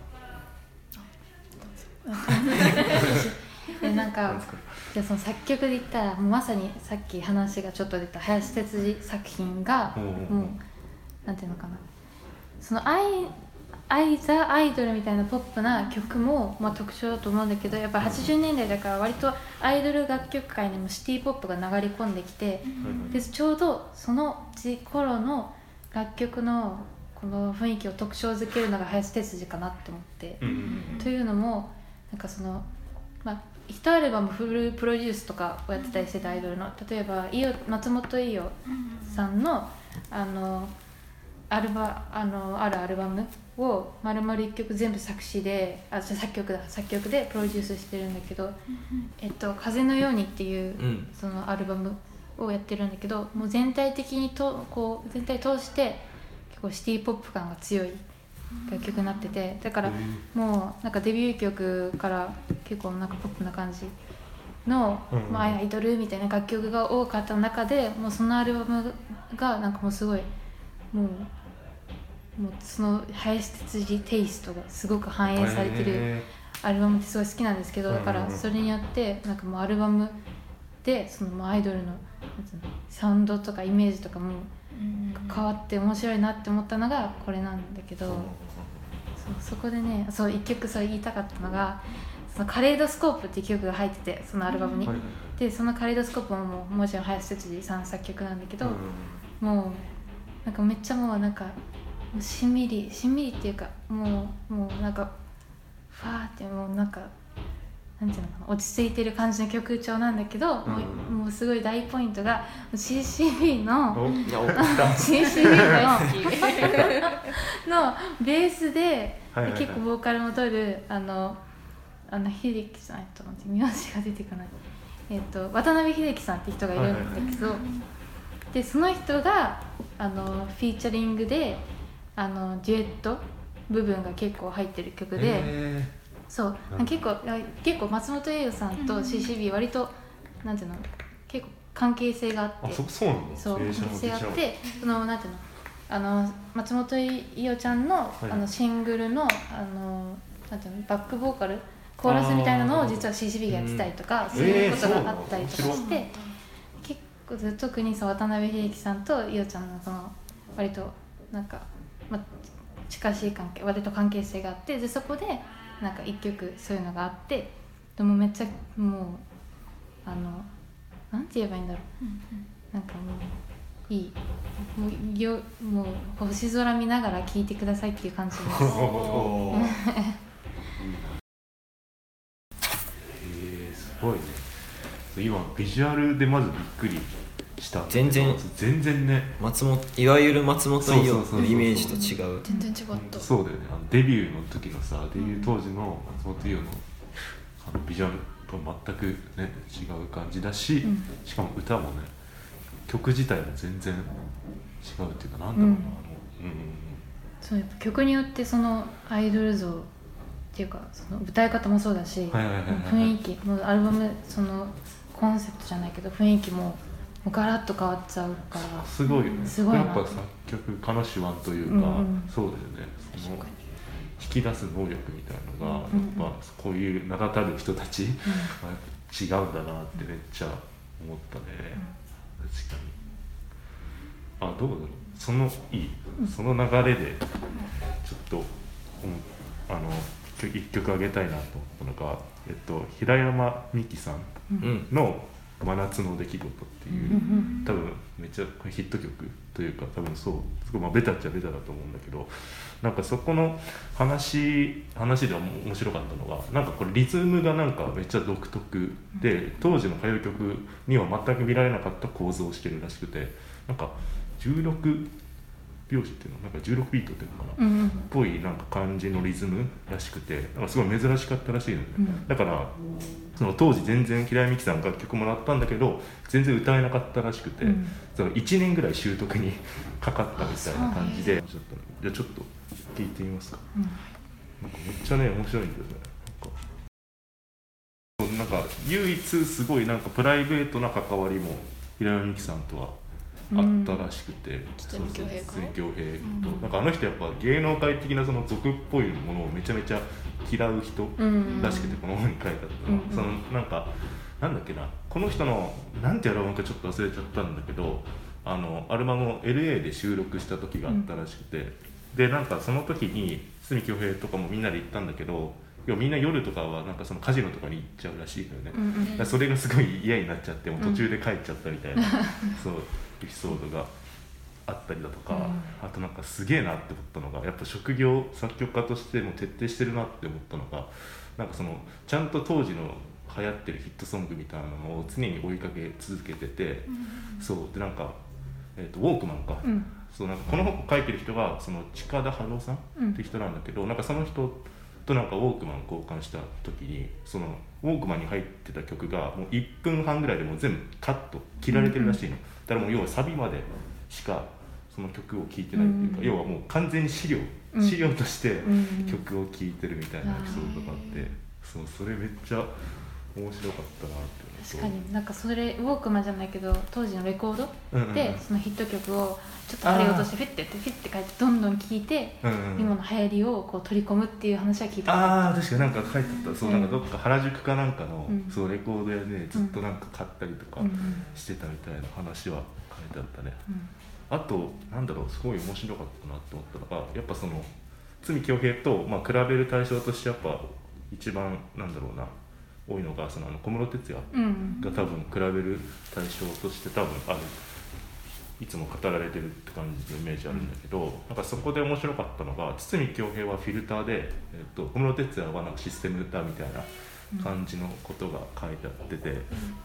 でなんかでその作曲で言ったらもうまさにさっき話がちょっと出た林哲司作品がもうなんていうのかな、そのアイアイザ・アイドルみたいなポップな曲も、まあ、特徴だと思うんだけど、やっぱはちじゅうねんだいだから割とアイドル楽曲界にもシティポップが流れ込んできて、でちょうどその頃の楽曲のこの雰囲気を特徴づけるのが林哲司かなって思って、というのもなんかそのまあ一アルバムフルプロデュースとかをやってたりしてたアイドルの、例えば伊代松本伊代さんのあのアルバあのあるアルバムを丸々いっきょく全部作詞であ作曲だ作曲でプロデュースしてるんだけど、えっと風のようにっていう、うん、そのアルバムをやってるんだけど、もう全体的にとこう全体通して結構シティポップ感が強い楽曲になってて、だからもうなんかデビュー曲から結構なんかポップな感じの、うんうんまあ、アイドルみたいな楽曲が多かった中で、もうそのアルバムがなんかもうすごいもうもうその林哲司テイストがすごく反映されてるアルバムってすごい好きなんですけど、だからそれによってなんかもうアルバムでそのアイドルのサウンドとかイメージとかも変わって面白いなって思ったのがこれなんだけど、そうそこでねそう一曲そう言いたかったのが、そのカレイドスコープっていう曲が入っててそのアルバムに、でそのカレイドスコープももうもちろん林哲司さん作曲なんだけど、もうなんかめっちゃもうなんかうしんみりしんみりっていうかもうもうなんかファーってもうなんかなんていうのかな落ち着いてる感じの曲調なんだけど、うん、もう、もうすごい大ポイントが シーシービー の シーシービー の, のベースで、はいはいはい、結構ボーカルも取るあのあの秀樹さん、えっと待って名字が出てこない、えっと渡辺秀樹さんって人がいるんだけど、はいはいはい、でその人があのフィーチャリングであのデュエット部分が結構入ってる曲で、そう結構結構松本栄誉さんと シーシービー 割となんていうの結構関係性があって、 あそそうなんだ、 そう関係性があってそのなんていうのあの松本伊代ちゃんの、はい、あのシングルのあのなんていうのバックボーカルコーラスみたいなのを実は シーシービー がやってたりとか、うん、そういうことがあったりとかして、えー、結構特にさ渡辺秀樹さんと伊代ちゃんのその割となんか、ま、近しい関係割と関係性があって、でそこでなんか一曲そういうのがあって、でもめっちゃもうあのなんて言えばいいんだろう、うんうん、なんかもういいもうよもう星空見ながら聴いてくださいっていう感じです。 えー、すごいね。今ビジュアルでまずびっくりしたんだけど、 全然全然ね松本いわゆる松本伊代のイメージと違う。 全然違った。 そうだよね。あのデビューの時のさデビュー当時の松本伊代のあのビジュアルと全くね違う感じだし、うん、しかも歌もね曲自体も全然違うっていうかなんだろうな、うん、あのうんうんそうやっぱ曲によってそのアイドル像っていうかその歌い方もそうだし、はいはいはいはい、雰囲気もうアルバムそのコンセプトじゃないけど雰囲気ももうガラッと変わっちゃうからすごいよね。 すごいな。 やっぱ作曲家の手腕というか、うんうん、そうだよね。その引き出す能力みたいなのが、うんうん、やっぱこういう名だたる人たち、うん、違うんだなってめっちゃ思ったね、うん、確かに。あ、どうだろう、そのいい、その流れでちょっと、うん、あの一曲あげたいなと思ったのが、えっと、平山美樹さんの真夏の出来事っていう、うん、多分めっちゃヒット曲というか多分そうすごいまあベタっちゃベタだと思うんだけど、なんかそこの話話では面白かったのが、なんかこれリズムがなんかめっちゃ独特で、当時の歌謡曲には全く見られなかった構造をしてるらしくて、なんかじゅうろく拍子っていうのなんかじゅうろくビートっていうのかな、うん、っぽいなんか感じのリズムらしくて、なんかすごい珍しかったらしいので、うん、だからその当時全然平井美樹さんが曲もらったんだけど全然歌えなかったらしくて、うん、そのいちねんぐらい習得にかかったみたいな感じで、じゃあちょっと聴いてみますか、うん、なんかめっちゃね面白いんだよね。なんか、なんか唯一すごいなんかプライベートな関わりも平井美樹さんとはあったらしくて、 筒美京平か、 筒美京平と、うん、なんかあの人やっぱ芸能界的なその俗っぽいものをめちゃめちゃ嫌う人らしくて、この本に書いてあったのは、うん、そのなんかなんだっけな、この人のなんてアルバムかちょっと忘れちゃったんだけど、あのアルバムを エルエー で収録した時があったらしくて、うん、でなんかその時に筒美京平とかもみんなで行ったんだけど、みんな夜とかはなんかそのカジノとかに行っちゃうらしいのよね、うんうん、だからそれがすごい嫌になっちゃってもう途中で帰っちゃったみたいな、うん、そうエピソードがあったりだとか、うん、あとなんかすげえなって思ったのが、やっぱ職業作曲家としても徹底してるなって思ったのが、なんかそのちゃんと当時の流行ってるヒットソングみたいなのを常に追いかけ続けてて、うん、そうでなんか、えーと、ウォークマンか、うん、そうなんかこの本書いてる人がその近田春夫さんって人なんだけど、うん、なんかその人となんかウォークマン交換した時に、そのウォークマンに入ってた曲がもういっぷんはんぐらいでもう全部カット切られてるらしいの、うん、だからもう要はサビまでしかその曲を聴いてないっていうか、うん、要はもう完全に資料、うん、資料として曲を聴いてるみたいなエピソードがあって、うん、そうそれめっちゃ面白かったなって。 確かになんかそれウォークマンじゃないけど当時のレコードでそのヒット曲をちょっと貼り落としてフィッてやってフィッて書いてどんどん聴いて、うんうん、今の流行りをこう取り込むっていう話は聞いた。 ああ確かになんか書いてあった、そうなんかどっか原宿かなんかの、うん、そうレコード屋で、ね、ずっとなんか買ったりとかしてたみたいな話は書いてあったね、うん、あとなんだろうすごい面白かったなって思ったのがやっぱその筒美京平と、まあ、比べる対象としてやっぱ一番なんだろうな多いのがそのあの小室哲哉が多分比べる対象として多分あるいつも語られてるって感じのイメージあるんだけど、うん、なんかそこで面白かったのが堤恭平はフィルターで、えっと、小室哲哉はなんかシステムだみたいな感じのことが書いてあってて、うん、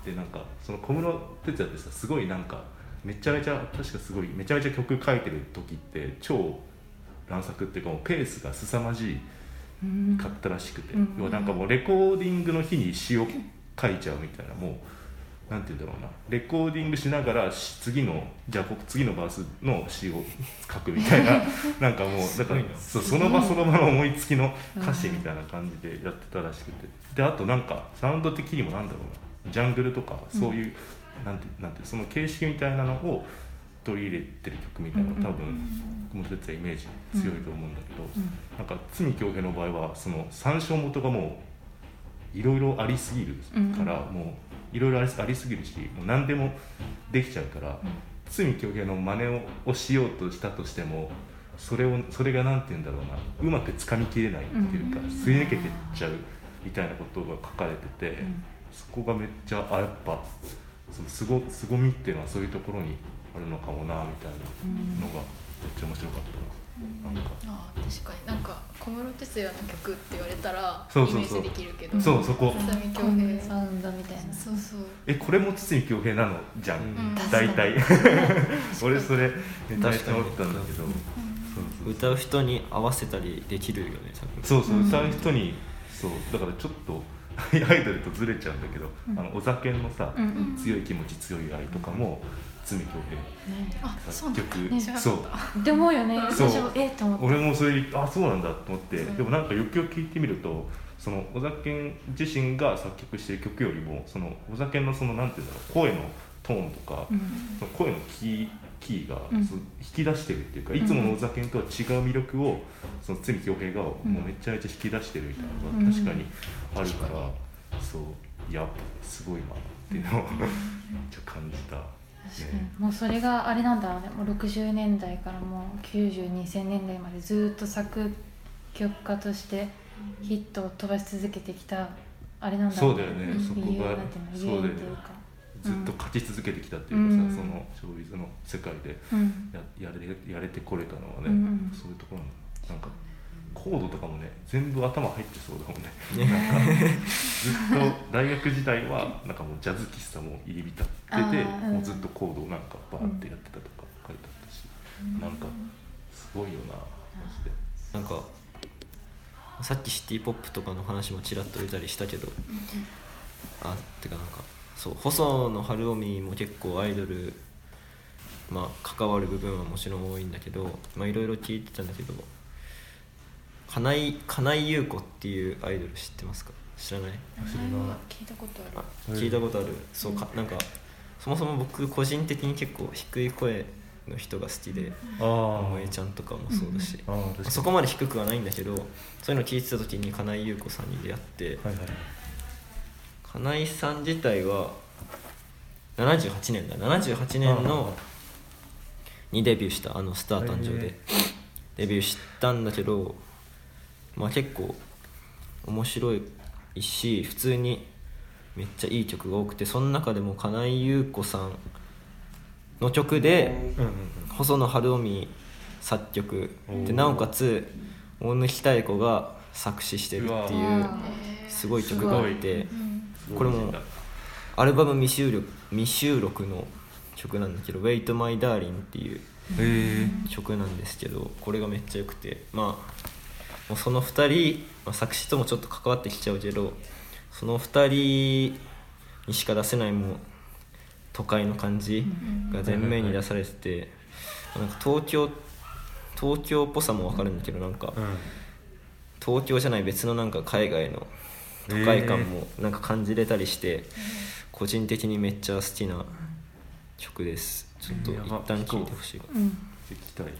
でなんかその小室哲哉ってさすごいなんかめちゃめちゃ確かすごいめちゃめちゃ曲書いてる時って超乱作っていうかもうペースが凄まじいかったらしくて、うん、要はなんかもうレコーディングの日に詩を書いちゃうみたいな、もうなんて言うんだろうな、レコーディングしながら次のじゃあ次のバースの詩を書くみたいななんかもうだからそ, その場その場の思いつきの歌詞みたいな感じでやってたらしくて、であとなんかサウンド的にもなんだろうな、ジャングルとかそういう、うん、なんてなんてその形式みたいなのを取り入れてる曲みたいなの多分小室哲哉イメージ強いと思うんだけど、うん、なんか堤恭平の場合はその参照元がもういろいろありすぎるから、うん、もういろいろありすぎるしもう何でもできちゃうから、堤恭平の真似 を, をしようとしたとしてもそれをそれがなんて言うんだろうな、うまくつかみきれないっていうか、すり抜けてっちゃうみたいなことが書かれてて、そこがめっちゃあやっぱそのすご凄みっていうのはそういうところにあるのかもなみたいなのがめっちゃ面白かったな。なんかあ確かになんか小室哲哉の曲って言われたらそうそうそうイメージできるけど、 そうそこ堤恭平サウンドみたいな、 そうそうえこれも堤恭平なのじゃん、うん、大体俺それめっちゃ思ったんだけど、 うん、歌う人に合わせたりできるよね多分。 そうそう、歌う人にそうだからちょっとアイドルとずれちゃうんだけど、うん、あのお酒のさ、うん、強い気持ち強い愛とかも堤恭平作曲、 ね、 そうって思うよね。最初えっと思って、 俺もそれあそうなんだと思って、でもなんかよくよく聞いてみるとその小酒自身が作曲している曲よりもその小酒のそのなんていうんだろう声のトーンとか、うん、その声のキーキーが引き出してるっていうか、うん、いつもの小酒とは違う魅力をその堤恭平がもうめちゃめちゃ引き出してるみたいなのが確かにあるから、うん、そういやすごいなっていうのをめっちゃ感じた。 確かにもうそれがあれなんだろうね、もうろくじゅうねんだいからもうきゅうじゅうにせんねんだいまでずっと作曲家としてヒットを飛ばし続けてきたあれなんだろうね。 そうだよね、そこがそうだよね、 ずっと勝ち続けてきたっていうかさ、うん、そのショービズの世界で や,、うん、や, れやれてこれたのはね、うん、そういうところなんかコードとかもね全部頭入ってそうだもんねなんかずっと大学時代はなんかもうジャズ喫茶も入り浸ってて、うん、もうずっとコードをなんかバーってやってたとか書いてあったし、うん、なんかすごいよなマジで。 なんかさっきシティポップとかの話もちらっと出たりしたけど、うん、あってかなんかそう細野晴臣も結構アイドルまあ関わる部分はもちろん多いんだけど、まあいろいろ聞いてたんだけど、金井金井優子っていうアイドル知ってますか？知らない？ 聞いたことある。あ、聞いたことある。そうか、なんかそもそも僕個人的に結構低い声の人が好きで、萌えちゃんとかもそうだし、うん、そこまで低くはないんだけど、そういうの聞いてた時に金井優子さんに出会って、はいはい、金井さん自体はななじゅうはちねんだななじゅうはちねんのにデビューしたあのスター誕生でデビューしたんだけど、まあ結構面白いし普通にめっちゃいい曲が多くて、その中でも金井優子さんの曲で細野晴臣作曲で、なおかつ大貫妙子が作詞してるっていうすごい曲があって、これもアルバム未収録、未収録の曲なんだけど Wait My Darling っていう曲なんですけど、これがめっちゃ良くて、まあもうそのふたり、まあ、作詞ともちょっと関わってきちゃうけど、そのふたりにしか出せないもう都会の感じが前面に出されてて、なんか東京東京っぽさも分かるんだけど、なんか東京じゃない別のなんか海外の都会感もなんか感じれたりして、個人的にめっちゃ好きな曲です。ちょっと一旦聴いてほしい。 うん、聞きたい。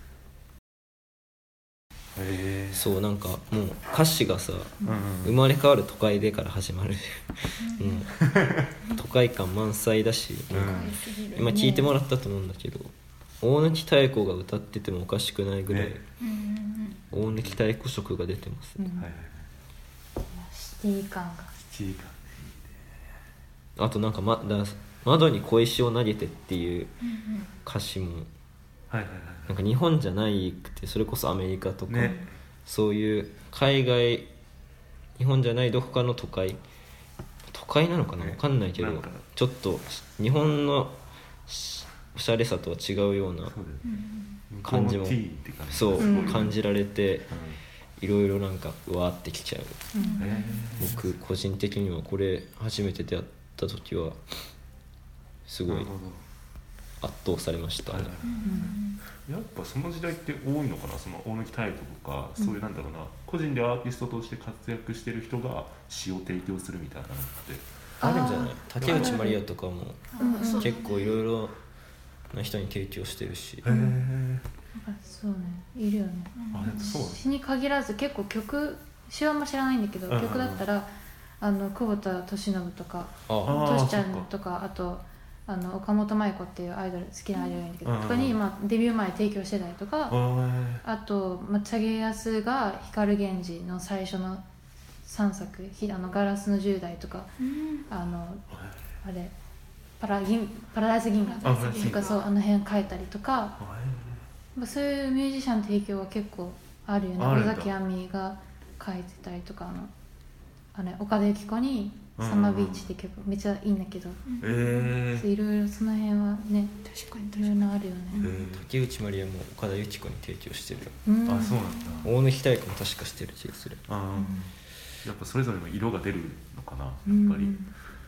へー、そうなんかもう歌詞がさ、うんうん、生まれ変わる都会でから始まる、うん、都会感満載だし、うん、今聴いてもらったと思うんだけど、大貫妙子が歌っててもおかしくないぐらい、ね、大貫妙子色が出てます、ね、うん、はいはい、 シティ感がシティ感、 あとなんかまだ窓に小石を投げてっていう歌詞もはいはいはいなんか日本じゃないくてそれこそアメリカとか、 ね、 そういう海外日本じゃないどこかの都会都会なのかな分かんないけど、 なんかちょっと日本のおしゃれさとは違うような感じも向こうの T って感じそう、 うん感じられてうんいろいろなんかうわーってきちゃう。 うんえ僕個人的にはこれ初めて出会った時はすごいーなるほど圧倒されましたね。 はいはいやっぱその時代って多いのかな、その大貫妙子とかそういうなんだろうな、個人でアーティストとして活躍してる人が詩を提供するみたいなのってあるんじゃない？竹内まりやとかもうんうん結構いろいろな人に提供してるし、 へえあそうねいるよね。 あでもそう詩に限らず結構曲詩はあんま知らないんだけど、 うんうん曲だったらあの久保田利伸とかああートシちゃんそっかとかあとあの岡本舞子っていうアイドル好きなアイドルがいるんだけど、 うんうんとかに、まあ、デビュー前提供してたりとか、あと、まあ、チャゲヤスが光源氏の最初のさんさくひあのガラスのじゅう代とか、あのあれパラ銀パラダイス銀河あパラダイスと銀河かそうあの辺書いたりとか、まあ、そういうミュージシャンの提供は結構あるよね。 あるんだ尾崎亜美が書いてたりとかあのあれ岡田由紀子に「 うんうんサマービーチ」って曲めっちゃいいんだけど、 えそういろいろその辺はね確かにいろいろあるよね。 竹内まりやも岡田由紀子に提供してるよ。 うんあそうなんだ大貫妙子も確かしてる気がする。 あーやっぱそれぞれの色が出るのかな、やっぱり、 うんうわいいね。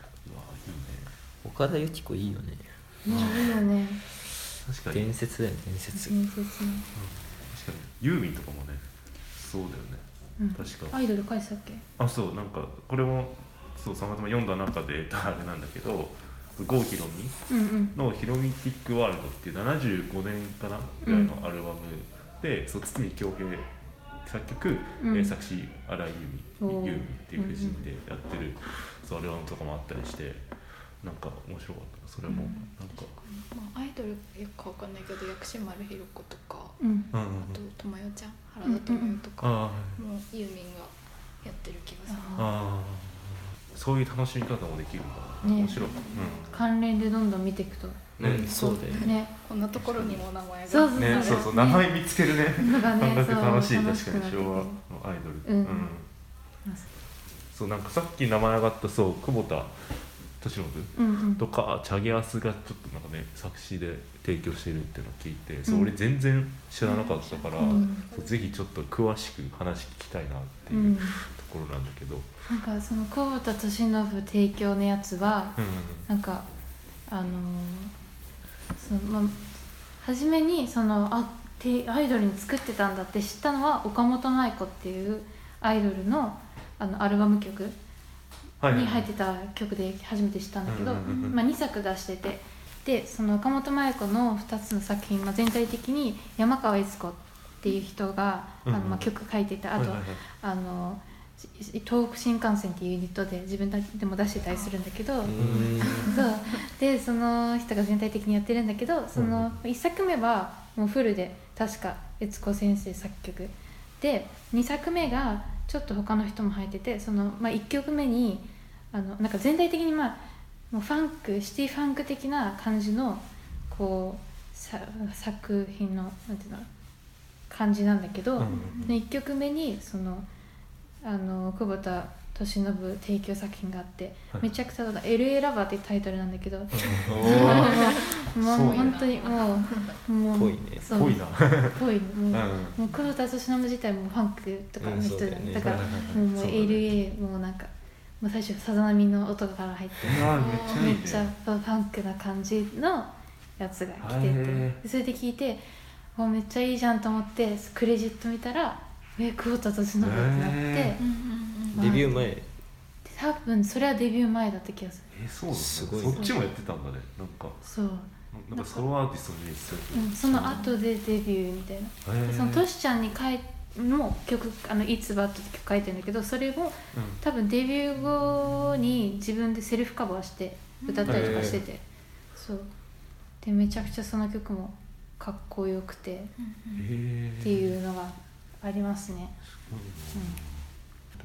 岡田由紀子いいよね。 ねいいよね確かに伝説だよ伝説。 伝説の、 確かにユーミンとかもねそうだよね、 うん、 確かアイドル書いてたっけ？ あそうなんかこれもそうたまたま読んだ中で得たあれなんだけど郷ひろみうんうんの「ヒロミティックワールド」っていうななじゅうごねんかなぐらいのアルバムで、そう堤恭平作曲、 うんえー作詞荒井由おー実ユーミンっていう夫人でやってる、そうアルバムとかもあったりしてなんか面白かったそれも、なんかまあ、アイドルかわかんないけど薬師丸ひろ子とか、 うんうんうんあと智代ちゃん原田智代とか、 あもうユーミンがやってる気がする。 ああそういう楽しみ方もできるんだ、 ね面白い、 関連でどんどん見ていくとうんねうんそうだよね。 ねこんなところにも名前がそうそうね、そうそう、名前見つけるねのがね感覚楽しい、 そう確かに楽しくなってくる昭和のアイドル、 うんそうなんかさっき名前上がったそう久保田利伸うんうんとかチャゲアスがちょっとなんかね作詞で提供してるっていうのを聞いて、そううん俺全然知らなかったから、 うんそうぜひちょっと詳しく話聞きたいなってういうんところなんだけど、 なんかその久保田利伸提供のやつはうんなんかあのーそのまあ初めにそのあてアイドルに作ってたんだって知ったのは岡本舞子っていうアイドルのあのアルバム曲はいに入ってた曲で初めて知ったんだけど、 うんうんうんうんまあ、にさく出しててでその岡本舞子のふたつの作品、まあ、全体的に山川悦子っていう人が、 うんうんあのまあ、曲書いててあと、 はいはいはいあの東北新幹線っていうユニットで自分たちでも出してたりするんだけど、 うーんそうでその人が全体的にやってるんだけどそのいっさくめはもうフルで確か悦子先生作曲でにさくめがちょっと他の人も入っててその、まあ、いっきょくめにあのなんか全体的に、まあ、もうファンクシティファンク的な感じのこうさ作品のなんていうの感じなんだけど、 うんうんでいっきょくめにそのあの久保田利伸提供作品があって、 はいめちゃくちゃ「エルエー ラバー」っていうタイトルなんだけど、もうそう本当にもうもうぽいねそうぽいなぽいもう,、 んもう久保田利伸自体もファンクとかの人じゃん、 うんそうだよねだからはいはいはいもうもうそうだねエルエー もうなんかもう最初さざ波の音から入ってうわめっちゃいいねめっちゃファンクな感じのやつが来てて、 へそれで聞いてもうめっちゃいいじゃんと思ってクレジット見たらえ久保田利伸ってなって、 へうんうんデビュー前多分それはデビュー前だった気がする。 えそうなんだ、 すごいそっちもやってたんだね、なんかそう、 なんかソロアーティストのイメージするうん、その後でデビューみたいな、 へーでそのトシちゃんに書いも曲あのいつばって曲書いてるんだけどそれも多分デビュー後に自分でセルフカバーして歌ったりとかしてて、そうでめちゃくちゃその曲もかっこよくてへえっていうのがありますね。 すごいな、でも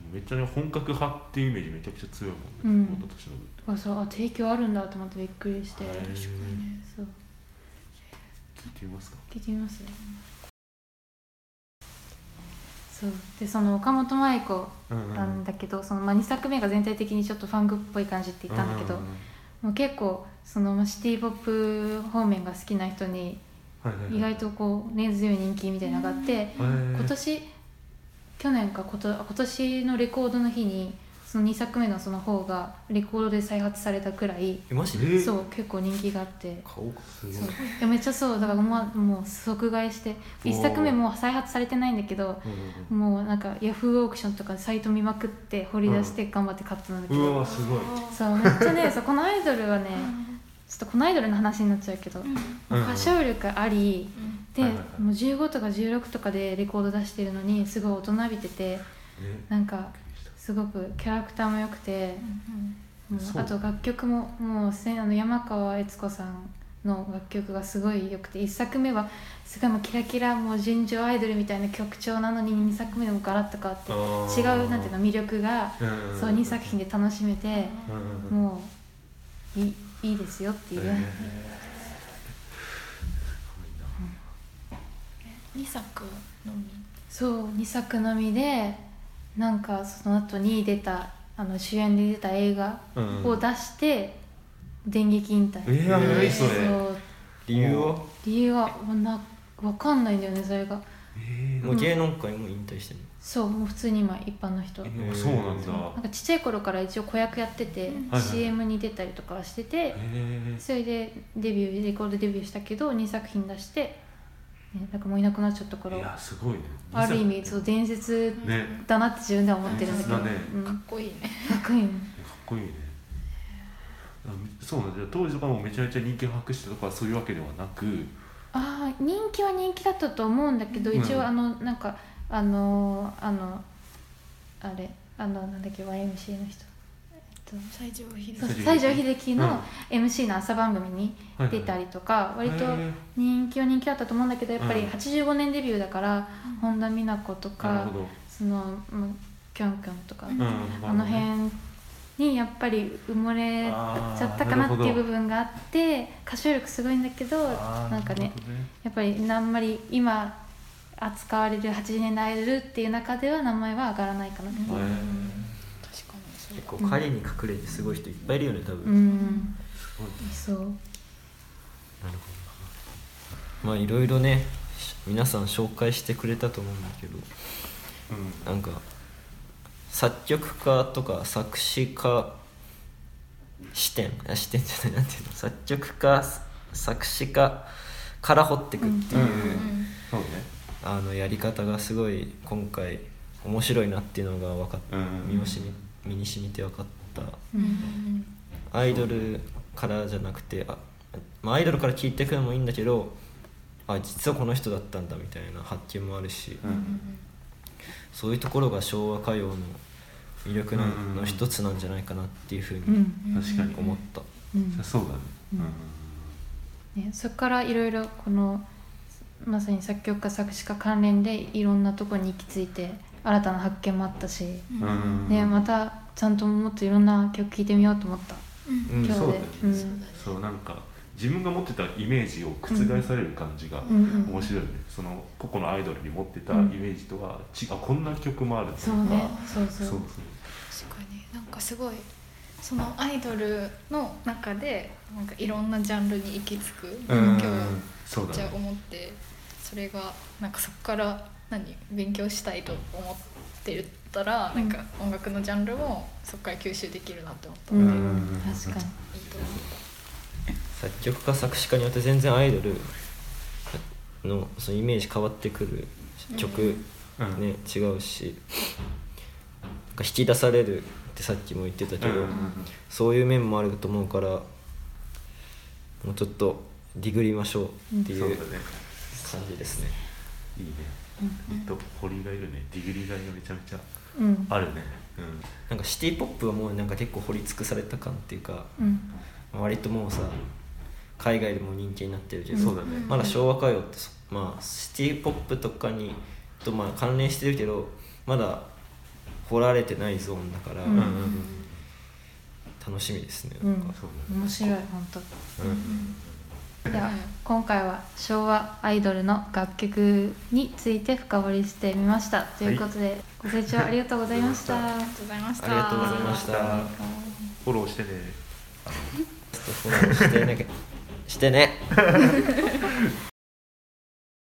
めっちゃね本格派っていうイメージめちゃくちゃ強いもんね、 うん、 太田忍って。 あ、そう、あ、提供あるんだと思ってびっくりして、 確かにね、 そう聞いてみますか。 聞いてみます。そうで、その岡本舞子なんだけど、うんうん、そのまあにさくめが全体的にちょっとファンクっぽい感じって言ったんだけど、うんうんうん、もう結構そのシティポップ方面が好きな人に意外とこう根強い人気みたいなのがあって、今年去年かこと今年のレコードの日にそのにさくめのその方がレコードで再発されたくらい、 マジでそう結構人気があって、 買おうか。すごい。 そういやめっちゃそうだから、もう、もう即買いして、いっさくめも再発されてないんだけど、もうなんかヤフーオークションとかサイト見まくって掘り出して頑張って買ったんだけど、 うわすごい。 そうめっちゃねそうこのアイドルはね、ちょっとこのアイドルの話になっちゃうけど、歌唱力あり、でもうじゅうごとかじゅうろくとかでレコード出してるのにすごい大人びてて、なんかすごくキャラクターも良くて、もうあと楽曲ももうせあの山川悦子さんの楽曲がすごい良くて、いっさくめはすごいもうキラキラもう純情アイドルみたいな曲調なのに、にさくめでもガラッと変わって違うなんていうの魅力がそうにさく品で楽しめて、もういい、いいですよっていう、えー、にさくのみ、 そうにさくのみで、なんかその後に出たあの主演で出た映画を出して電撃引退。 えー、何それ。 そう理由は理由はな分かんないんだよねそれが。 えー、もう芸能界も引退してるの？ そう、もう普通に今一般の人、 えー、そうなんだ。 なんかちっちゃい頃から一応子役やってて、うん、シーエム に出たりとかしてて、えー、それでデビューレコードデビューしたけどにさく品出して、ね、なんかもういなくなっちゃったから、 いやすごいね、 ある意味そう伝説だなって自分では思ってるんだけど、 ねうん、 かっこいいねかっこいいねかっこいいね。そうなんだ。当時とかもめちゃめちゃ人気を博したとかそういうわけではなく、 あ人気は人気だったと思うんだけど、一応あのなんかあのあのあれあのなんだっけ ワイエムシー の人、 西城秀樹西城秀樹の エムシー の朝番組に出たりとか、割と人気は人気だったと思うんだけど、やっぱりはちじゅうごねんデビューだから本田美奈子とかそのキョンキョンとかあの辺にやっぱり埋もれちゃったかなっていう部分があって、歌唱力すごいんだけどなんかねやっぱりあんまり今扱われるはちじゅうねんだいアイドルっていう中では名前は上がらないかなっていう。 結構影に隠れてすごい人いっぱいいるよね多分。 うん、そう。なるほど。まあいろいろね皆さん紹介してくれたと思うんだけど、うん、なんか作曲家とか作詞家視点あ視点じゃないなんていうの作曲家作詞家から掘ってくっていう、うんうんうんそうね、あのやり方がすごい今回面白いなっていうのが分かった、うんうん、身をしみ身に染みて分かった、うんうん、アイドルからじゃなくてあ、まあ、アイドルから聞いてくるのもいいんだけどあ実はこの人だったんだみたいな発見もあるし、うんうん、そういうところが昭和歌謡の魅力の、うんうん、の一つなんじゃないかなっていうふうに思った、 うんうんうん、そうだね、 うん、ねそこからいろいろこのまさに作曲家作詞家関連でいろんなところに行き着いて新たな発見もあったし、うんね、またちゃんともっといろんな曲聴いてみようと思った、うん、今日で、 そうだね、うん、そうなんか自分が持ってたイメージを覆される感じが面白いね、うん、その個々のアイドルに持ってたイメージとは違う、こんな曲もあるとか、 そうね、そうそう、そうそう確かになんかすごいそのアイドルの中でなんかいろんなジャンルに行き着く、うん、今日めっちゃ思って、それがなんかそこから何勉強したいと思ってたら、うん、なんか音楽のジャンルもそこから吸収できるなって思ったので、うん、確かにいいと思った。 作曲家作詞家によって全然アイドル の, そのイメージ変わってくる曲、ねうん、違うしなんか引き出されるってさっきも言ってたけど、うん、そういう面もあると思うからもうちょっとディグりましょうっていう感じですね。 いいね、うん、と掘りがいるね、ディグリがいがめちゃめちゃあるね、うんうん、 なんかシティポップはもうなんか結構掘り尽くされた感っていうか、うん、割ともうさ海外でも人気になってるけど、そうだね、まだ昭和歌謡って、まあ、シティポップとかにとまあ関連してるけどまだ掘られてないゾーンだから、 うんうん楽しみですね。 うん、 なんか面白い本当。 うん、 では今回は昭和アイドルの楽曲について深掘りしてみましたということで、はい、ご清聴ありがとうございました。 ありがとうございました。 ありがとうございました。 フォローしてね。 ちょっとフォローしてねしてね